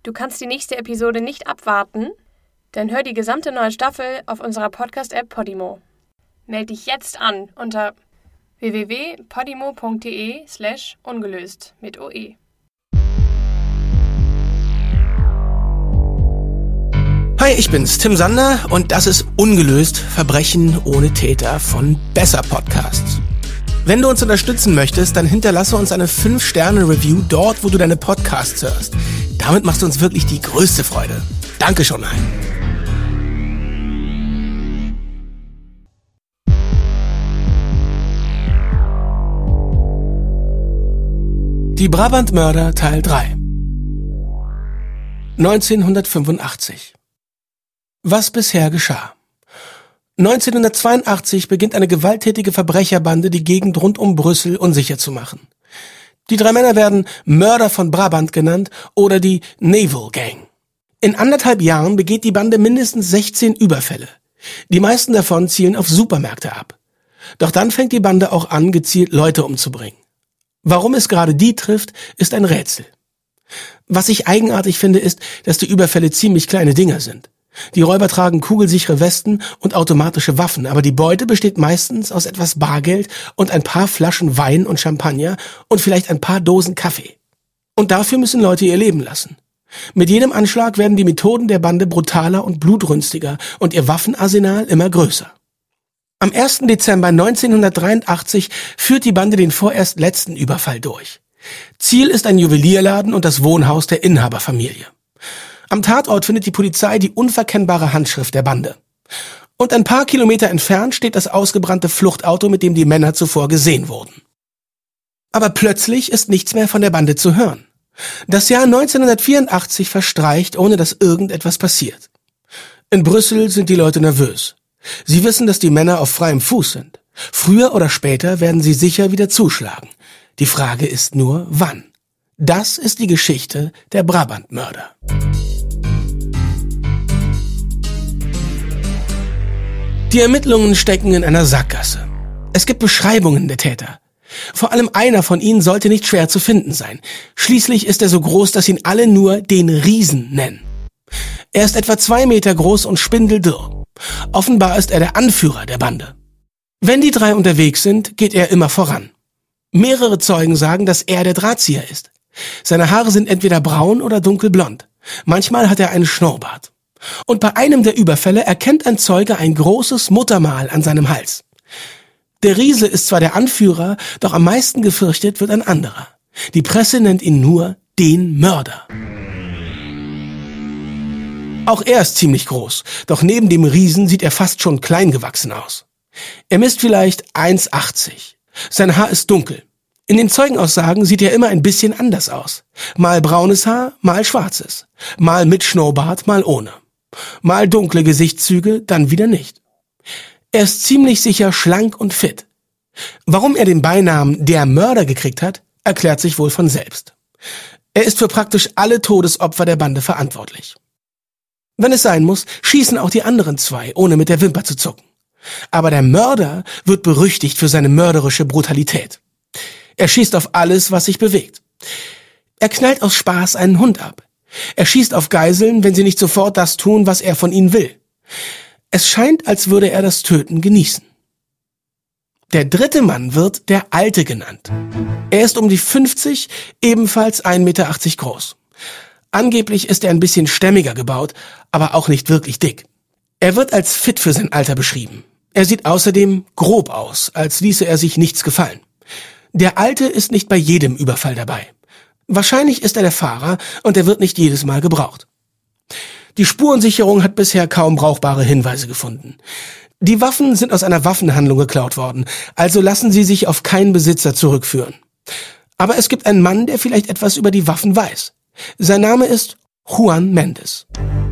Du kannst die nächste Episode nicht abwarten? Dann hör die gesamte neue Staffel auf unserer Podcast-App Podimo. Meld dich jetzt an unter www.podimo.de/ungelöst mit OE. Hi, ich bin's, Tim Sander, und das ist Ungelöst, Verbrechen ohne Täter von Besser Podcasts. Wenn du uns unterstützen möchtest, dann hinterlasse uns eine 5-Sterne-Review dort, wo du deine Podcasts hörst. Damit machst du uns wirklich die größte Freude. Danke schon allen. Die Brabant-Mörder Teil 3. 1985. Was bisher geschah. 1982 beginnt eine gewalttätige Verbrecherbande, die Gegend rund um Brüssel unsicher zu machen. Die 3 Männer werden Mörder von Brabant genannt oder die Naval Gang. In 1,5 Jahren begeht die Bande mindestens 16 Überfälle. Die meisten davon zielen auf Supermärkte ab. Doch dann fängt die Bande auch an, gezielt Leute umzubringen. Warum es gerade die trifft, ist ein Rätsel. Was ich eigenartig finde, ist, dass die Überfälle ziemlich kleine Dinger sind. Die Räuber tragen kugelsichere Westen und automatische Waffen, aber die Beute besteht meistens aus etwas Bargeld und ein paar Flaschen Wein und Champagner und vielleicht ein paar Dosen Kaffee. Und dafür müssen Leute ihr Leben lassen. Mit jedem Anschlag werden die Methoden der Bande brutaler und blutrünstiger und ihr Waffenarsenal immer größer. Am 1. Dezember 1983 führt die Bande den vorerst letzten Überfall durch. Ziel ist ein Juwelierladen und das Wohnhaus der Inhaberfamilie. Am Tatort findet die Polizei die unverkennbare Handschrift der Bande. Und ein paar Kilometer entfernt steht das ausgebrannte Fluchtauto, mit dem die Männer zuvor gesehen wurden. Aber plötzlich ist nichts mehr von der Bande zu hören. Das Jahr 1984 verstreicht, ohne dass irgendetwas passiert. In Brüssel sind die Leute nervös. Sie wissen, dass die Männer auf freiem Fuß sind. Früher oder später werden sie sicher wieder zuschlagen. Die Frage ist nur, wann. Das ist die Geschichte der Brabant-Mörder. Die Ermittlungen stecken in einer Sackgasse. Es gibt Beschreibungen der Täter. Vor allem einer von ihnen sollte nicht schwer zu finden sein. Schließlich ist er so groß, dass ihn alle nur den Riesen nennen. Er ist etwa 2 Meter groß und spindeldürr. Offenbar ist er der Anführer der Bande. Wenn die 3 unterwegs sind, geht er immer voran. Mehrere Zeugen sagen, dass er der Drahtzieher ist. Seine Haare sind entweder braun oder dunkelblond. Manchmal hat er einen Schnurrbart. Und bei einem der Überfälle erkennt ein Zeuge ein großes Muttermal an seinem Hals. Der Riese ist zwar der Anführer, doch am meisten gefürchtet wird ein anderer. Die Presse nennt ihn nur den Mörder. Auch er ist ziemlich groß, doch neben dem Riesen sieht er fast schon klein gewachsen aus. Er misst vielleicht 1,80. Sein Haar ist dunkel. In den Zeugenaussagen sieht er immer ein bisschen anders aus. Mal braunes Haar, mal schwarzes. Mal mit Schnurrbart, mal ohne. Mal dunkle Gesichtszüge, dann wieder nicht. Er ist ziemlich sicher schlank und fit. Warum er den Beinamen der Mörder gekriegt hat, erklärt sich wohl von selbst. Er ist für praktisch alle Todesopfer der Bande verantwortlich. Wenn es sein muss, schießen auch die anderen 2, ohne mit der Wimper zu zucken. Aber der Mörder wird berüchtigt für seine mörderische Brutalität. Er schießt auf alles, was sich bewegt. Er knallt aus Spaß einen Hund ab. Er schießt auf Geiseln, wenn sie nicht sofort das tun, was er von ihnen will. Es scheint, als würde er das Töten genießen. Der 3. Mann wird der Alte genannt. Er ist um die 50, ebenfalls 1,80 Meter groß. Angeblich ist er ein bisschen stämmiger gebaut, aber auch nicht wirklich dick. Er wird als fit für sein Alter beschrieben. Er sieht außerdem grob aus, als ließe er sich nichts gefallen. Der Alte ist nicht bei jedem Überfall dabei. Wahrscheinlich ist er der Fahrer und er wird nicht jedes Mal gebraucht. Die Spurensicherung hat bisher kaum brauchbare Hinweise gefunden. Die Waffen sind aus einer Waffenhandlung geklaut worden, also lassen sie sich auf keinen Besitzer zurückführen. Aber es gibt einen Mann, der vielleicht etwas über die Waffen weiß. Sein Name ist Juan Mendes.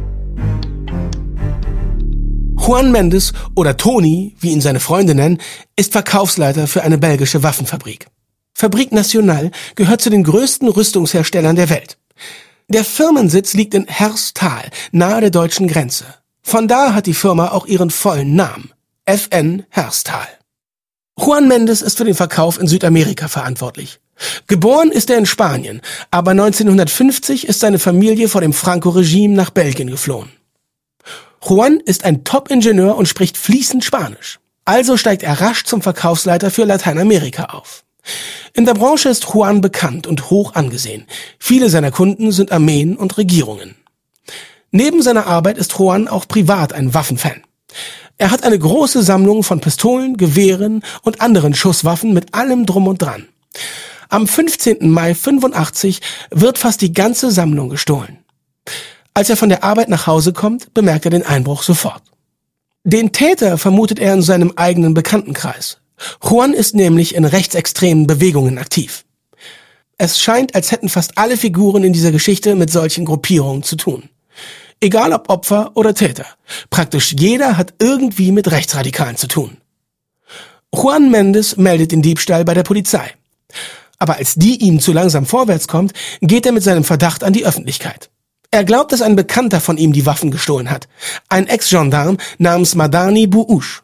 Juan Mendes oder Toni, wie ihn seine Freunde nennen, ist Verkaufsleiter für eine belgische Waffenfabrik. Fabrique Nationale gehört zu den größten Rüstungsherstellern der Welt. Der Firmensitz liegt in Herstal, nahe der deutschen Grenze. Von da hat die Firma auch ihren vollen Namen, FN Herstal. Juan Mendes ist für den Verkauf in Südamerika verantwortlich. Geboren ist er in Spanien, aber 1950 ist seine Familie vor dem Franco-Regime nach Belgien geflohen. Juan ist ein Top-Ingenieur und spricht fließend Spanisch. Also steigt er rasch zum Verkaufsleiter für Lateinamerika auf. In der Branche ist Juan bekannt und hoch angesehen. Viele seiner Kunden sind Armeen und Regierungen. Neben seiner Arbeit ist Juan auch privat ein Waffenfan. Er hat eine große Sammlung von Pistolen, Gewehren und anderen Schusswaffen mit allem Drum und Dran. Am 15. Mai 85 wird fast die ganze Sammlung gestohlen. Als er von der Arbeit nach Hause kommt, bemerkt er den Einbruch sofort. Den Täter vermutet er in seinem eigenen Bekanntenkreis. Juan ist nämlich in rechtsextremen Bewegungen aktiv. Es scheint, als hätten fast alle Figuren in dieser Geschichte mit solchen Gruppierungen zu tun. Egal ob Opfer oder Täter. Praktisch jeder hat irgendwie mit Rechtsradikalen zu tun. Juan Mendes meldet den Diebstahl bei der Polizei. Aber als die ihm zu langsam vorwärts kommt, geht er mit seinem Verdacht an die Öffentlichkeit. Er glaubt, dass ein Bekannter von ihm die Waffen gestohlen hat. Ein Ex-Gendarm namens Madani Buush.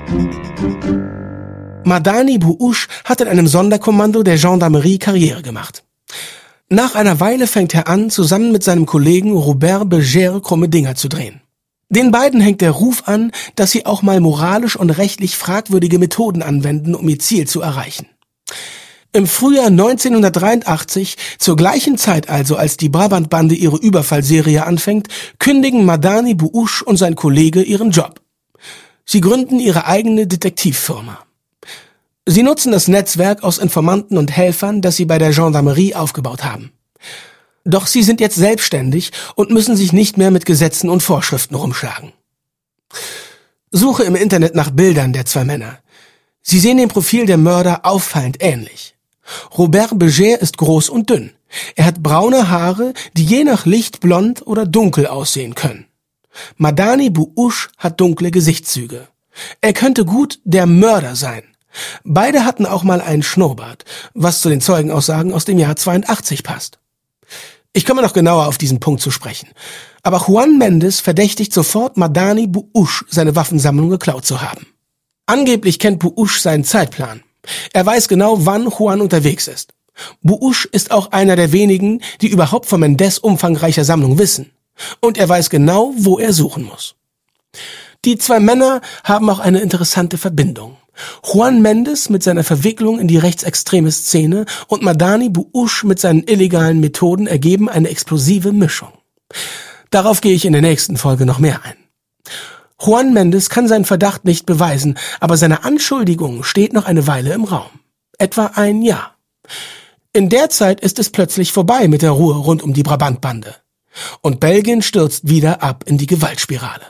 Madani Buush hat in einem Sonderkommando der Gendarmerie Karriere gemacht. Nach einer Weile fängt er an, zusammen mit seinem Kollegen Robert Beger krumme Dinger zu drehen. Den beiden hängt der Ruf an, dass sie auch mal moralisch und rechtlich fragwürdige Methoden anwenden, um ihr Ziel zu erreichen. Im Frühjahr 1983, zur gleichen Zeit also, als die Brabant-Bande ihre Überfallserie anfängt, kündigen Madani Buush und sein Kollege ihren Job. Sie gründen ihre eigene Detektivfirma. Sie nutzen das Netzwerk aus Informanten und Helfern, das sie bei der Gendarmerie aufgebaut haben. Doch sie sind jetzt selbstständig und müssen sich nicht mehr mit Gesetzen und Vorschriften rumschlagen. Suche im Internet nach Bildern der zwei Männer. Sie sehen dem Profil der Mörder auffallend ähnlich. Robert Beger ist groß und dünn. Er hat braune Haare, die je nach Licht blond oder dunkel aussehen können. Madani Buush hat dunkle Gesichtszüge. Er könnte gut der Mörder sein. Beide hatten auch mal einen Schnurrbart, was zu den Zeugenaussagen aus dem Jahr 82 passt. Ich komme noch genauer auf diesen Punkt zu sprechen. Aber Juan Mendes verdächtigt sofort Madani Buush, seine Waffensammlung geklaut zu haben. Angeblich kennt Buush seinen Zeitplan. Er weiß genau, wann Juan unterwegs ist. Buush ist auch einer der wenigen, die überhaupt von Mendes umfangreicher Sammlung wissen. Und er weiß genau, wo er suchen muss. Die zwei Männer haben auch eine interessante Verbindung. Juan Mendes mit seiner Verwicklung in die rechtsextreme Szene und Madani Buush mit seinen illegalen Methoden ergeben eine explosive Mischung. Darauf gehe ich in der nächsten Folge noch mehr ein. Juan Mendes kann seinen Verdacht nicht beweisen, aber seine Anschuldigung steht noch eine Weile im Raum. Etwa ein Jahr. In der Zeit ist es plötzlich vorbei mit der Ruhe rund um die Brabant-Bande. Und Belgien stürzt wieder ab in die Gewaltspirale.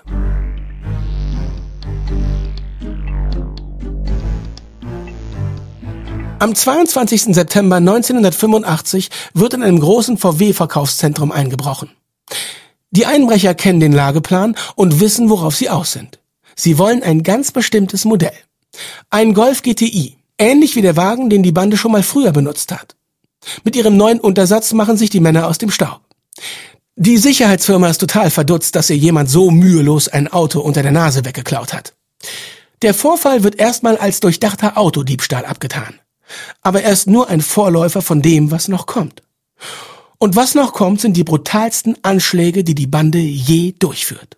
Am 22. September 1985 wird in einem großen VW-Verkaufszentrum eingebrochen. Die Einbrecher kennen den Lageplan und wissen, worauf sie aus sind. Sie wollen ein ganz bestimmtes Modell. Ein Golf GTI, ähnlich wie der Wagen, den die Bande schon mal früher benutzt hat. Mit ihrem neuen Untersatz machen sich die Männer aus dem Staub. Die Sicherheitsfirma ist total verdutzt, dass ihr jemand so mühelos ein Auto unter der Nase weggeklaut hat. Der Vorfall wird erstmal als durchdachter Autodiebstahl abgetan. Aber er ist nur ein Vorläufer von dem, was noch kommt. Und was noch kommt, sind die brutalsten Anschläge, die die Bande je durchführt.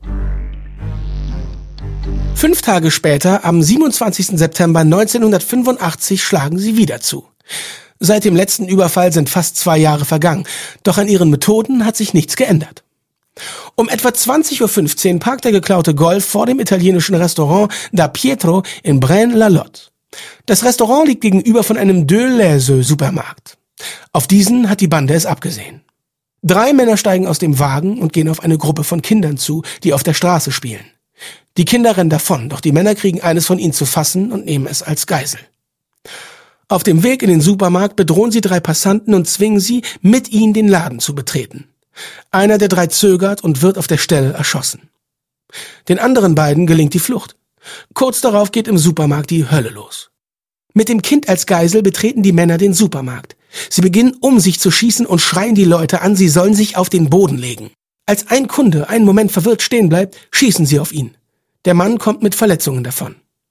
5 Tage später, am 27. September 1985, schlagen sie wieder zu. Seit dem letzten Überfall sind fast 2 Jahre vergangen, doch an ihren Methoden hat sich nichts geändert. Um etwa 20:15 Uhr parkt der geklaute Golf vor dem italienischen Restaurant Da Pietro in Braine-l'Alleud. Das Restaurant liegt gegenüber von einem Delhaize-Supermarkt. Auf diesen hat die Bande es abgesehen. 3 Männer steigen aus dem Wagen und gehen auf eine Gruppe von Kindern zu, die auf der Straße spielen. Die Kinder rennen davon, doch die Männer kriegen eines von ihnen zu fassen und nehmen es als Geisel. Auf dem Weg in den Supermarkt bedrohen sie 3 Passanten und zwingen sie, mit ihnen den Laden zu betreten. Einer der 3 zögert und wird auf der Stelle erschossen. Den anderen beiden gelingt die Flucht. Kurz darauf geht im Supermarkt die Hölle los. Mit dem Kind als Geisel betreten die Männer den Supermarkt. Sie beginnen um sich zu schießen und schreien die Leute an, sie sollen sich auf den Boden legen. Als ein Kunde einen Moment verwirrt stehen bleibt, schießen sie auf ihn. Der Mann kommt mit Verletzungen davon.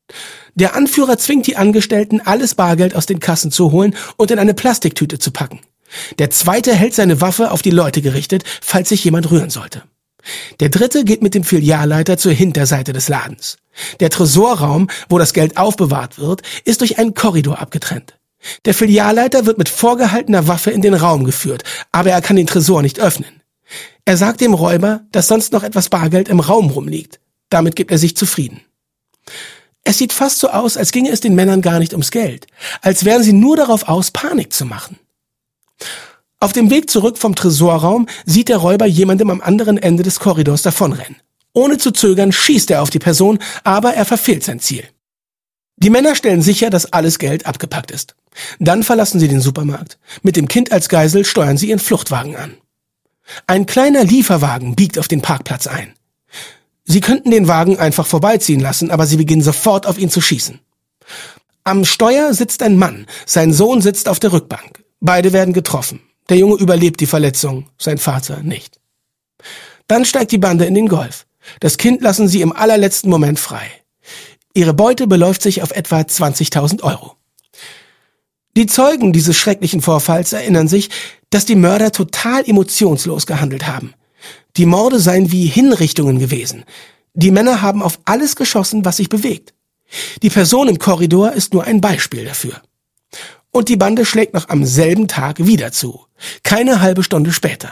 Der Anführer zwingt die Angestellten, alles Bargeld aus den Kassen zu holen und in eine Plastiktüte zu packen. Der zweite hält seine Waffe auf die Leute gerichtet, falls sich jemand rühren sollte. Der dritte geht mit dem Filialleiter zur Hinterseite des Ladens. Der Tresorraum, wo das Geld aufbewahrt wird, ist durch einen Korridor abgetrennt. Der Filialleiter wird mit vorgehaltener Waffe in den Raum geführt, aber er kann den Tresor nicht öffnen. Er sagt dem Räuber, dass sonst noch etwas Bargeld im Raum rumliegt. Damit gibt er sich zufrieden. Es sieht fast so aus, als ginge es den Männern gar nicht ums Geld, als wären sie nur darauf aus, Panik zu machen. Auf dem Weg zurück vom Tresorraum sieht der Räuber jemandem am anderen Ende des Korridors davonrennen. Ohne zu zögern schießt er auf die Person, aber er verfehlt sein Ziel. Die Männer stellen sicher, dass alles Geld abgepackt ist. Dann verlassen sie den Supermarkt. Mit dem Kind als Geisel steuern sie ihren Fluchtwagen an. Ein kleiner Lieferwagen biegt auf den Parkplatz ein. Sie könnten den Wagen einfach vorbeiziehen lassen, aber sie beginnen sofort auf ihn zu schießen. Am Steuer sitzt ein Mann, sein Sohn sitzt auf der Rückbank. Beide werden getroffen. Der Junge überlebt die Verletzung, sein Vater nicht. Dann steigt die Bande in den Golf. Das Kind lassen sie im allerletzten Moment frei. Ihre Beute beläuft sich auf etwa 20.000 Euro. Die Zeugen dieses schrecklichen Vorfalls erinnern sich, dass die Mörder total emotionslos gehandelt haben. Die Morde seien wie Hinrichtungen gewesen. Die Männer haben auf alles geschossen, was sich bewegt. Die Person im Korridor ist nur ein Beispiel dafür. Und die Bande schlägt noch am selben Tag wieder zu. Keine halbe Stunde später.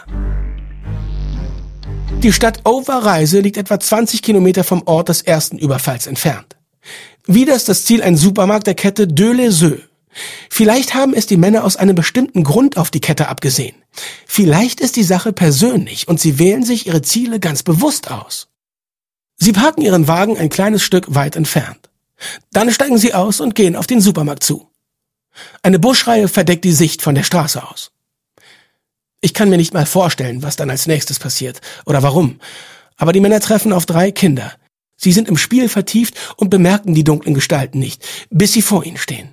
Die Stadt Overijse liegt etwa 20 Kilometer vom Ort des ersten Überfalls entfernt. Wieder ist das Ziel ein Supermarkt der Kette Delhaize. Vielleicht haben es die Männer aus einem bestimmten Grund auf die Kette abgesehen. Vielleicht ist die Sache persönlich und sie wählen sich ihre Ziele ganz bewusst aus. Sie parken ihren Wagen ein kleines Stück weit entfernt. Dann steigen sie aus und gehen auf den Supermarkt zu. Eine Buschreihe verdeckt die Sicht von der Straße aus. Ich kann mir nicht mal vorstellen, was dann als nächstes passiert oder warum. Aber die Männer treffen auf 3 Kinder. Sie sind im Spiel vertieft und bemerken die dunklen Gestalten nicht, bis sie vor ihnen stehen.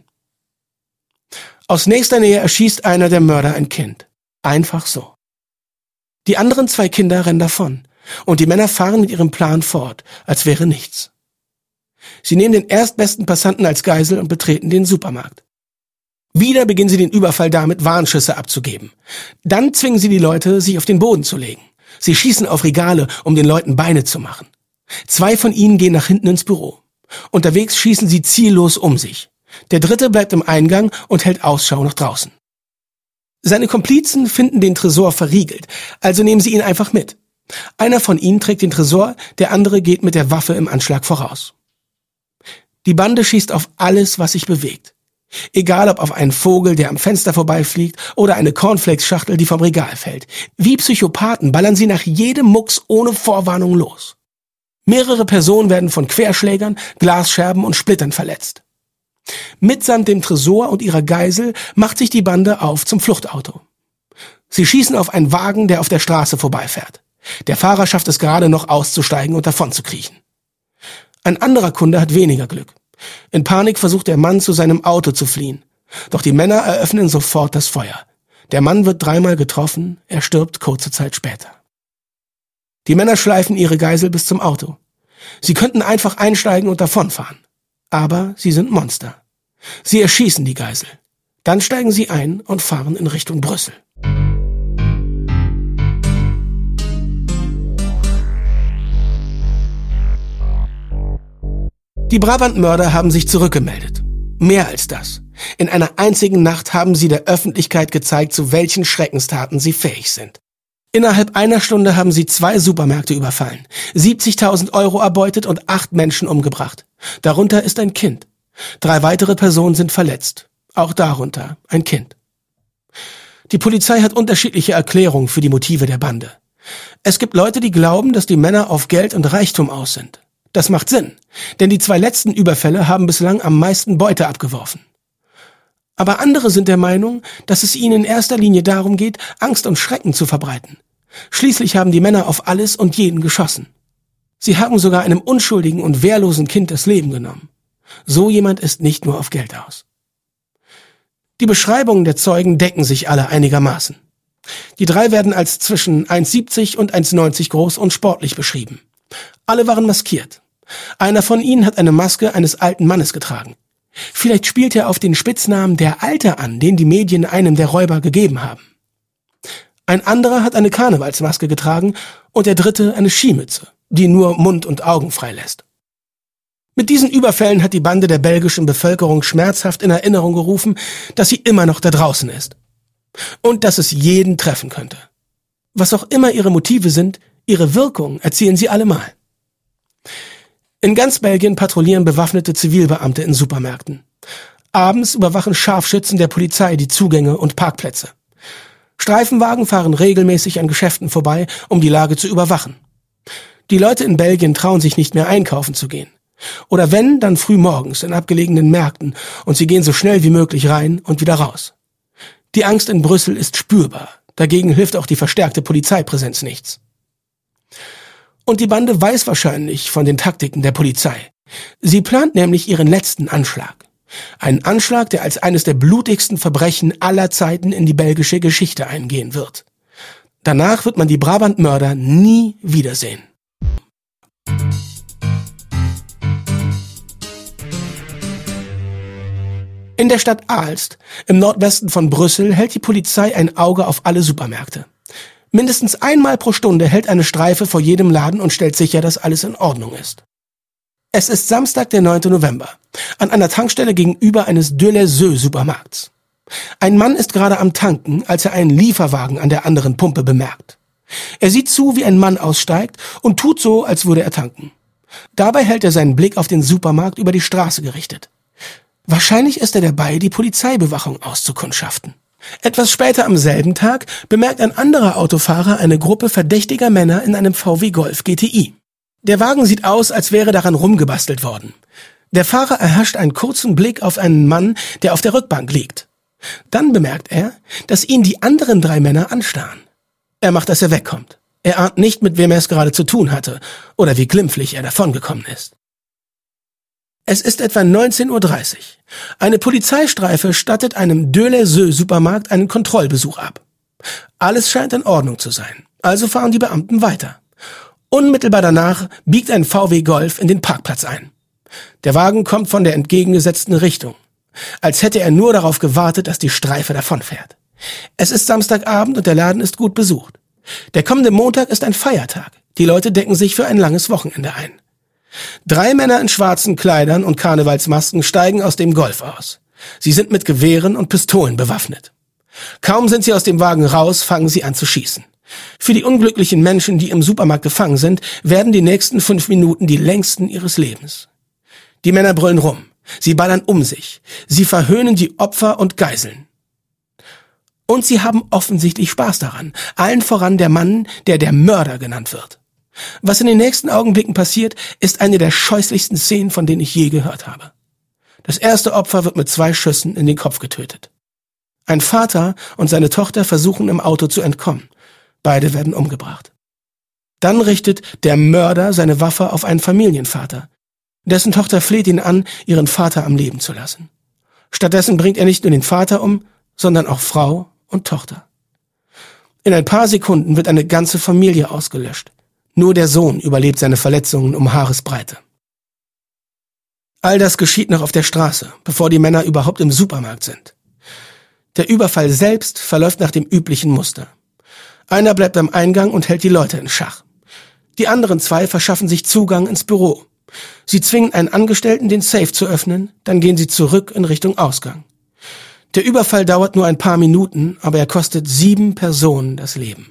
Aus nächster Nähe erschießt einer der Mörder ein Kind. Einfach so. Die anderen 2 Kinder rennen davon und die Männer fahren mit ihrem Plan fort, als wäre nichts. Sie nehmen den erstbesten Passanten als Geisel und betreten den Supermarkt. Wieder beginnen sie den Überfall damit, Warnschüsse abzugeben. Dann zwingen sie die Leute, sich auf den Boden zu legen. Sie schießen auf Regale, um den Leuten Beine zu machen. 2 von ihnen gehen nach hinten ins Büro. Unterwegs schießen sie ziellos um sich. Der dritte bleibt im Eingang und hält Ausschau nach draußen. Seine Komplizen finden den Tresor verriegelt, also nehmen sie ihn einfach mit. Einer von ihnen trägt den Tresor, der andere geht mit der Waffe im Anschlag voraus. Die Bande schießt auf alles, was sich bewegt. Egal ob auf einen Vogel, der am Fenster vorbeifliegt, oder eine Cornflakes-Schachtel, die vom Regal fällt. Wie Psychopathen ballern sie nach jedem Mucks ohne Vorwarnung los. Mehrere Personen werden von Querschlägern, Glasscherben und Splittern verletzt. Mitsamt dem Tresor und ihrer Geisel macht sich die Bande auf zum Fluchtauto. Sie schießen auf einen Wagen, der auf der Straße vorbeifährt. Der Fahrer schafft es gerade noch auszusteigen und davon zu kriechen. Ein anderer Kunde hat weniger Glück. In Panik versucht der Mann, zu seinem Auto zu fliehen. Doch die Männer eröffnen sofort das Feuer. Der Mann wird 3-mal getroffen, er stirbt kurze Zeit später. Die Männer schleifen ihre Geisel bis zum Auto. Sie könnten einfach einsteigen und davonfahren. Aber sie sind Monster. Sie erschießen die Geisel. Dann steigen sie ein und fahren in Richtung Brüssel. Die Brabant-Mörder haben sich zurückgemeldet. Mehr als das. In einer einzigen Nacht haben sie der Öffentlichkeit gezeigt, zu welchen Schreckenstaten sie fähig sind. Innerhalb einer Stunde haben sie 2 Supermärkte überfallen, 70.000 Euro erbeutet und 8 Menschen umgebracht. Darunter ist ein Kind. 3 weitere Personen sind verletzt. Auch darunter ein Kind. Die Polizei hat unterschiedliche Erklärungen für die Motive der Bande. Es gibt Leute, die glauben, dass die Männer auf Geld und Reichtum aus sind. Das macht Sinn, denn die 2 letzten Überfälle haben bislang am meisten Beute abgeworfen. Aber andere sind der Meinung, dass es ihnen in erster Linie darum geht, Angst und Schrecken zu verbreiten. Schließlich haben die Männer auf alles und jeden geschossen. Sie haben sogar einem unschuldigen und wehrlosen Kind das Leben genommen. So jemand ist nicht nur auf Geld aus. Die Beschreibungen der Zeugen decken sich alle einigermaßen. Die 3 werden als zwischen 1,70 und 1,90 groß und sportlich beschrieben. Alle waren maskiert. Einer von ihnen hat eine Maske eines alten Mannes getragen. Vielleicht spielt er auf den Spitznamen der Alte an, den die Medien einem der Räuber gegeben haben. Ein anderer hat eine Karnevalsmaske getragen und der dritte eine Skimütze, die nur Mund und Augen freilässt. Mit diesen Überfällen hat die Bande der belgischen Bevölkerung schmerzhaft in Erinnerung gerufen, dass sie immer noch da draußen ist. Und dass es jeden treffen könnte. Was auch immer ihre Motive sind, ihre Wirkung erzielen sie allemal. In ganz Belgien patrouillieren bewaffnete Zivilbeamte in Supermärkten. Abends überwachen Scharfschützen der Polizei die Zugänge und Parkplätze. Streifenwagen fahren regelmäßig an Geschäften vorbei, um die Lage zu überwachen. Die Leute in Belgien trauen sich nicht mehr einkaufen zu gehen. Oder wenn, dann früh morgens in abgelegenen Märkten und sie gehen so schnell wie möglich rein und wieder raus. Die Angst in Brüssel ist spürbar. Dagegen hilft auch die verstärkte Polizeipräsenz nichts. Und die Bande weiß wahrscheinlich von den Taktiken der Polizei. Sie plant nämlich ihren letzten Anschlag. Einen Anschlag, der als eines der blutigsten Verbrechen aller Zeiten in die belgische Geschichte eingehen wird. Danach wird man die Brabant-Mörder nie wiedersehen. In der Stadt Aalst, im Nordwesten von Brüssel, hält die Polizei ein Auge auf alle Supermärkte. Mindestens einmal pro Stunde hält eine Streife vor jedem Laden und stellt sicher, dass alles in Ordnung ist. Es ist Samstag, der 9. November, an einer Tankstelle gegenüber eines Delhaize-Supermarkts. Ein Mann ist gerade am Tanken, als er einen Lieferwagen an der anderen Pumpe bemerkt. Er sieht zu, wie ein Mann aussteigt und tut so, als würde er tanken. Dabei hält er seinen Blick auf den Supermarkt über die Straße gerichtet. Wahrscheinlich ist er dabei, die Polizeibewachung auszukundschaften. Etwas später am selben Tag bemerkt ein anderer Autofahrer eine Gruppe verdächtiger Männer in einem VW Golf GTI. Der Wagen sieht aus, als wäre daran rumgebastelt worden. Der Fahrer erhascht einen kurzen Blick auf einen Mann, der auf der Rückbank liegt. Dann bemerkt er, dass ihn die anderen 3 Männer anstarren. Er macht, dass er wegkommt. Er ahnt nicht, mit wem er es gerade zu tun hatte oder wie glimpflich er davongekommen ist. Es ist etwa 19:30 Uhr. Eine Polizeistreife stattet einem Delhaize-Supermarkt einen Kontrollbesuch ab. Alles scheint in Ordnung zu sein, also fahren die Beamten weiter. Unmittelbar danach biegt ein VW Golf in den Parkplatz ein. Der Wagen kommt von der entgegengesetzten Richtung, als hätte er nur darauf gewartet, dass die Streife davonfährt. Es ist Samstagabend und der Laden ist gut besucht. Der kommende Montag ist ein Feiertag. Die Leute decken sich für ein langes Wochenende ein. 3 Männer in schwarzen Kleidern und Karnevalsmasken steigen aus dem Golf aus. Sie sind mit Gewehren und Pistolen bewaffnet. Kaum sind sie aus dem Wagen raus, fangen sie an zu schießen. Für die unglücklichen Menschen, die im Supermarkt gefangen sind, werden die nächsten 5 Minuten die längsten ihres Lebens. Die Männer brüllen rum. Sie ballern um sich. Sie verhöhnen die Opfer und Geiseln. Und sie haben offensichtlich Spaß daran. Allen voran der Mann, der Mörder genannt wird. Was in den nächsten Augenblicken passiert, ist eine der scheußlichsten Szenen, von denen ich je gehört habe. Das erste Opfer wird mit 2 Schüssen in den Kopf getötet. Ein Vater und seine Tochter versuchen im Auto zu entkommen. Beide werden umgebracht. Dann richtet der Mörder seine Waffe auf einen Familienvater. Dessen Tochter fleht ihn an, ihren Vater am Leben zu lassen. Stattdessen bringt er nicht nur den Vater um, sondern auch Frau und Tochter. In ein paar Sekunden wird eine ganze Familie ausgelöscht. Nur der Sohn überlebt seine Verletzungen um Haaresbreite. All das geschieht noch auf der Straße, bevor die Männer überhaupt im Supermarkt sind. Der Überfall selbst verläuft nach dem üblichen Muster. Einer bleibt am Eingang und hält die Leute in Schach. Die anderen 2 verschaffen sich Zugang ins Büro. Sie zwingen einen Angestellten, den Safe zu öffnen, dann gehen sie zurück in Richtung Ausgang. Der Überfall dauert nur ein paar Minuten, aber er kostet 7 Personen das Leben.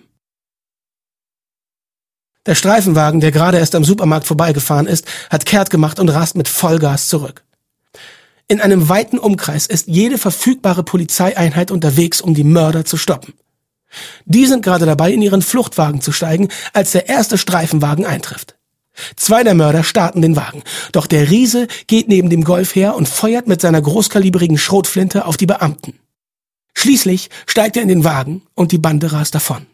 Der Streifenwagen, der gerade erst am Supermarkt vorbeigefahren ist, hat kehrt gemacht und rast mit Vollgas zurück. In einem weiten Umkreis ist jede verfügbare Polizeieinheit unterwegs, um die Mörder zu stoppen. Die sind gerade dabei, in ihren Fluchtwagen zu steigen, als der erste Streifenwagen eintrifft. 2 der Mörder starten den Wagen, doch der Riese geht neben dem Golf her und feuert mit seiner großkalibrigen Schrotflinte auf die Beamten. Schließlich steigt er in den Wagen und die Bande rast davon.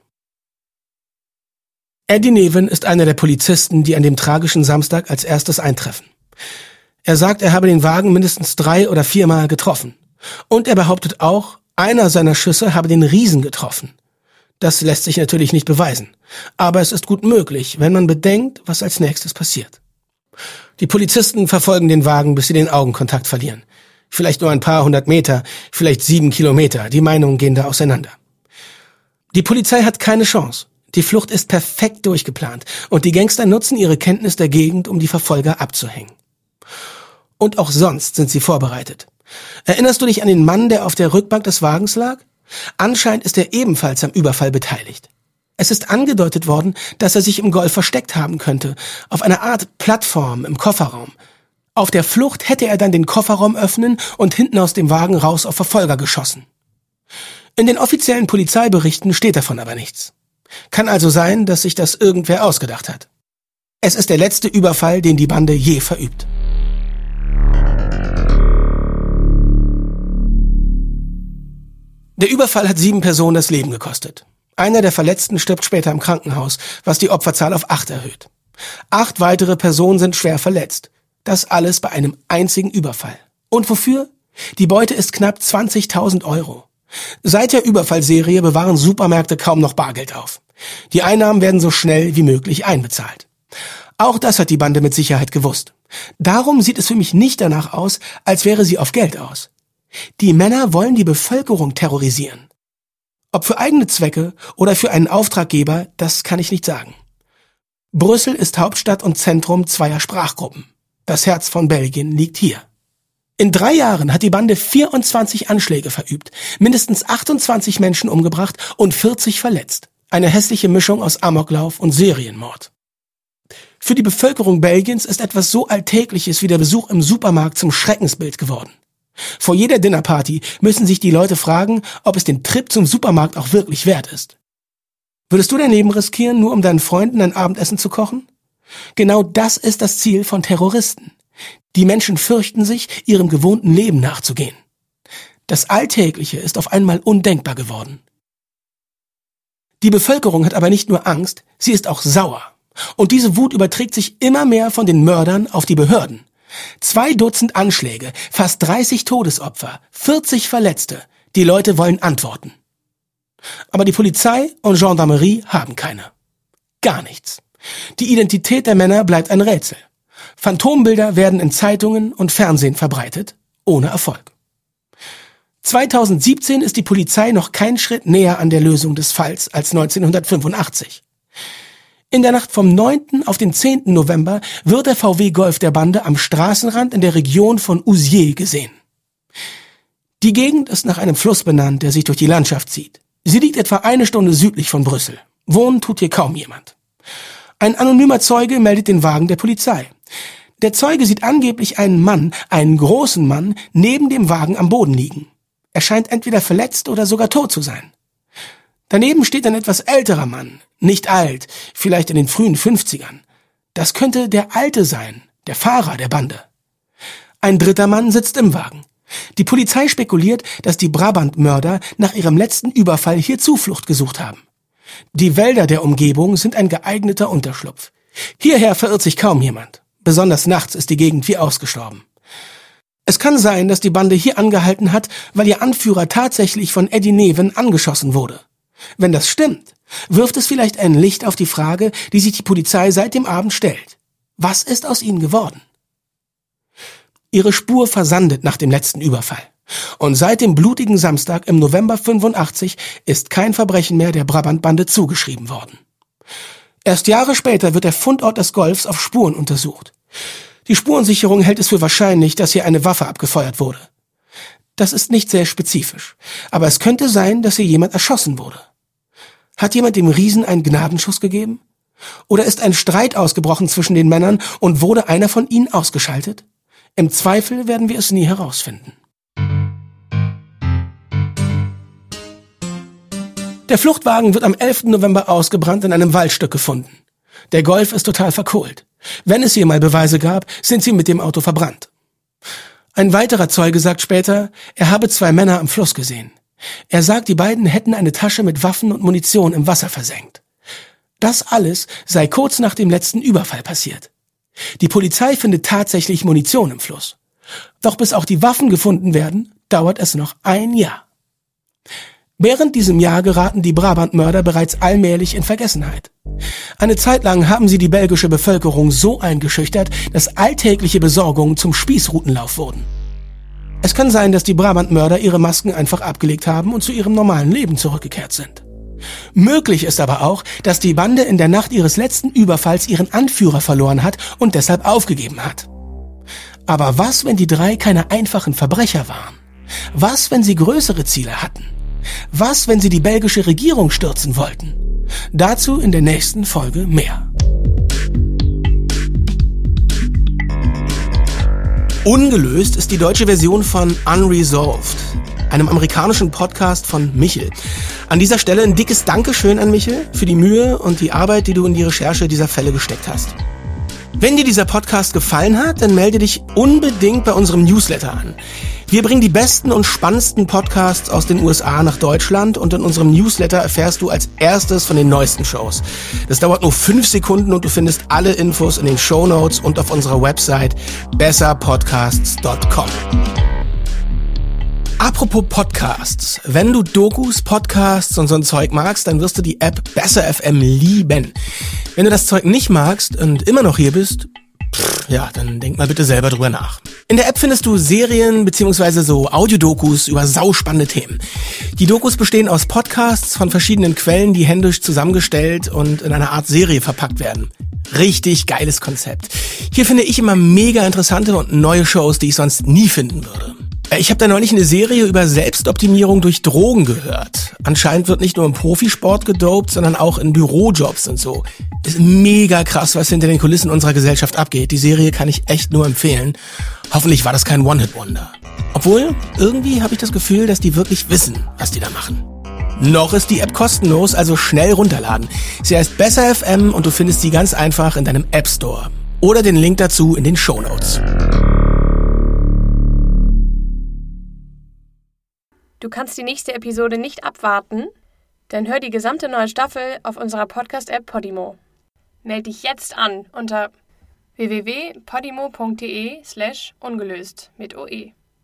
Eddie Neven ist einer der Polizisten, die an dem tragischen Samstag als erstes eintreffen. Er sagt, er habe den Wagen mindestens 3 oder 4 Mal getroffen. Und er behauptet auch, einer seiner Schüsse habe den Riesen getroffen. Das lässt sich natürlich nicht beweisen. Aber es ist gut möglich, wenn man bedenkt, was als nächstes passiert. Die Polizisten verfolgen den Wagen, bis sie den Augenkontakt verlieren. Vielleicht nur ein paar 100 Meter, vielleicht 7 Kilometer. Die Meinungen gehen da auseinander. Die Polizei hat keine Chance. Die Flucht ist perfekt durchgeplant und die Gangster nutzen ihre Kenntnis der Gegend, um die Verfolger abzuhängen. Und auch sonst sind sie vorbereitet. Erinnerst du dich an den Mann, der auf der Rückbank des Wagens lag? Anscheinend ist er ebenfalls am Überfall beteiligt. Es ist angedeutet worden, dass er sich im Golf versteckt haben könnte, auf einer Art Plattform im Kofferraum. Auf der Flucht hätte er dann den Kofferraum öffnen und hinten aus dem Wagen raus auf Verfolger geschossen. In den offiziellen Polizeiberichten steht davon aber nichts. Kann also sein, dass sich das irgendwer ausgedacht hat. Es ist der letzte Überfall, den die Bande je verübt. Der Überfall hat 7 Personen das Leben gekostet. Einer der Verletzten stirbt später im Krankenhaus, was die Opferzahl auf 8 erhöht. 8 weitere Personen sind schwer verletzt. Das alles bei einem einzigen Überfall. Und wofür? Die Beute ist knapp 20.000 Euro. Seit der Überfallserie bewahren Supermärkte kaum noch Bargeld auf. Die Einnahmen werden so schnell wie möglich einbezahlt. Auch das hat die Bande mit Sicherheit gewusst. Darum sieht es für mich nicht danach aus, als wäre sie auf Geld aus. Die Männer wollen die Bevölkerung terrorisieren. Ob für eigene Zwecke oder für einen Auftraggeber, das kann ich nicht sagen. Brüssel ist Hauptstadt und Zentrum zweier Sprachgruppen. Das Herz von Belgien liegt hier. In 3 Jahren hat die Bande 24 Anschläge verübt, mindestens 28 Menschen umgebracht und 40 verletzt. Eine hässliche Mischung aus Amoklauf und Serienmord. Für die Bevölkerung Belgiens ist etwas so Alltägliches wie der Besuch im Supermarkt zum Schreckensbild geworden. Vor jeder Dinnerparty müssen sich die Leute fragen, ob es den Trip zum Supermarkt auch wirklich wert ist. Würdest du dein Leben riskieren, nur um deinen Freunden ein Abendessen zu kochen? Genau das ist das Ziel von Terroristen. Die Menschen fürchten sich, ihrem gewohnten Leben nachzugehen. Das Alltägliche ist auf einmal undenkbar geworden. Die Bevölkerung hat aber nicht nur Angst, sie ist auch sauer. Und diese Wut überträgt sich immer mehr von den Mördern auf die Behörden. 2 Dutzend Anschläge, fast 30 Todesopfer, 40 Verletzte. Die Leute wollen Antworten. Aber die Polizei und Gendarmerie haben keine. Gar nichts. Die Identität der Männer bleibt ein Rätsel. Phantombilder werden in Zeitungen und Fernsehen verbreitet, ohne Erfolg. 2017 ist die Polizei noch keinen Schritt näher an der Lösung des Falls als 1985. In der Nacht vom 9. auf den 10. November wird der VW Golf der Bande am Straßenrand in der Region von Ouzier gesehen. Die Gegend ist nach einem Fluss benannt, der sich durch die Landschaft zieht. Sie liegt etwa 1 Stunde südlich von Brüssel. Wohnen tut hier kaum jemand. Ein anonymer Zeuge meldet den Wagen der Polizei. Der Zeuge sieht angeblich einen Mann, einen großen Mann, neben dem Wagen am Boden liegen. Er scheint entweder verletzt oder sogar tot zu sein. Daneben steht ein etwas älterer Mann, nicht alt, vielleicht in den frühen 50ern. Das könnte der Alte sein, der Fahrer der Bande. Ein 3. Mann sitzt im Wagen. Die Polizei spekuliert, dass die Brabant-Mörder nach ihrem letzten Überfall hier Zuflucht gesucht haben. Die Wälder der Umgebung sind ein geeigneter Unterschlupf. Hierher verirrt sich kaum jemand. Besonders nachts ist die Gegend wie ausgestorben. Es kann sein, dass die Bande hier angehalten hat, weil ihr Anführer tatsächlich von Eddie Neven angeschossen wurde. Wenn das stimmt, wirft es vielleicht ein Licht auf die Frage, die sich die Polizei seit dem Abend stellt. Was ist aus ihnen geworden? Ihre Spur versandet nach dem letzten Überfall. Und seit dem blutigen Samstag im November 85 ist kein Verbrechen mehr der Brabant-Bande zugeschrieben worden. Erst Jahre später wird der Fundort des Golfs auf Spuren untersucht. Die Spurensicherung hält es für wahrscheinlich, dass hier eine Waffe abgefeuert wurde. Das ist nicht sehr spezifisch, aber es könnte sein, dass hier jemand erschossen wurde. Hat jemand dem Riesen einen Gnadenschuss gegeben? Oder ist ein Streit ausgebrochen zwischen den Männern und wurde einer von ihnen ausgeschaltet? Im Zweifel werden wir es nie herausfinden. Der Fluchtwagen wird am 11. November ausgebrannt in einem Waldstück gefunden. Der Golf ist total verkohlt. Wenn es hier mal Beweise gab, sind sie mit dem Auto verbrannt. Ein weiterer Zeuge sagt später, er habe 2 Männer am Fluss gesehen. Er sagt, die beiden hätten eine Tasche mit Waffen und Munition im Wasser versenkt. Das alles sei kurz nach dem letzten Überfall passiert. Die Polizei findet tatsächlich Munition im Fluss. Doch bis auch die Waffen gefunden werden, dauert es noch ein Jahr. Während diesem Jahr geraten die Brabantmörder bereits allmählich in Vergessenheit. Eine Zeit lang haben sie die belgische Bevölkerung so eingeschüchtert, dass alltägliche Besorgungen zum Spießrutenlauf wurden. Es kann sein, dass die Brabantmörder ihre Masken einfach abgelegt haben und zu ihrem normalen Leben zurückgekehrt sind. Möglich ist aber auch, dass die Bande in der Nacht ihres letzten Überfalls ihren Anführer verloren hat und deshalb aufgegeben hat. Aber was, wenn die drei keine einfachen Verbrecher waren? Was, wenn sie größere Ziele hatten? Was, wenn sie die belgische Regierung stürzen wollten? Dazu in der nächsten Folge mehr. Ungelöst ist die deutsche Version von Unresolved, einem amerikanischen Podcast von Michel. An dieser Stelle ein dickes Dankeschön an Michel für die Mühe und die Arbeit, die du in die Recherche dieser Fälle gesteckt hast. Wenn dir dieser Podcast gefallen hat, dann melde dich unbedingt bei unserem Newsletter an. Wir bringen die besten und spannendsten Podcasts aus den USA nach Deutschland und in unserem Newsletter erfährst du als erstes von den neuesten Shows. Das dauert nur 5 Sekunden und du findest alle Infos in den Shownotes und auf unserer Website besserpodcasts.com. Apropos Podcasts, wenn du Dokus, Podcasts und so ein Zeug magst, dann wirst du die App Besser FM lieben. Wenn du das Zeug nicht magst und immer noch hier bist, dann denk mal bitte selber drüber nach. In der App findest du Serien bzw. so Audiodokus über sauspannende Themen. Die Dokus bestehen aus Podcasts von verschiedenen Quellen, die händisch zusammengestellt und in einer Art Serie verpackt werden. Richtig geiles Konzept. Hier finde ich immer mega interessante und neue Shows, die ich sonst nie finden würde. Ich habe da neulich eine Serie über Selbstoptimierung durch Drogen gehört. Anscheinend wird nicht nur im Profisport gedopt, sondern auch in Bürojobs und so. Ist mega krass, was hinter den Kulissen unserer Gesellschaft abgeht. Die Serie kann ich echt nur empfehlen. Hoffentlich war das kein One-Hit-Wonder. Obwohl, irgendwie habe ich das Gefühl, dass die wirklich wissen, was die da machen. Noch ist die App kostenlos, also schnell runterladen. Sie heißt Besser FM und du findest sie ganz einfach in deinem App Store. Oder den Link dazu in den Shownotes. Du kannst die nächste Episode nicht abwarten? Dann hör die gesamte neue Staffel auf unserer Podcast-App Podimo. Meld dich jetzt an unter www.podimo.de/ungelöst mit OE.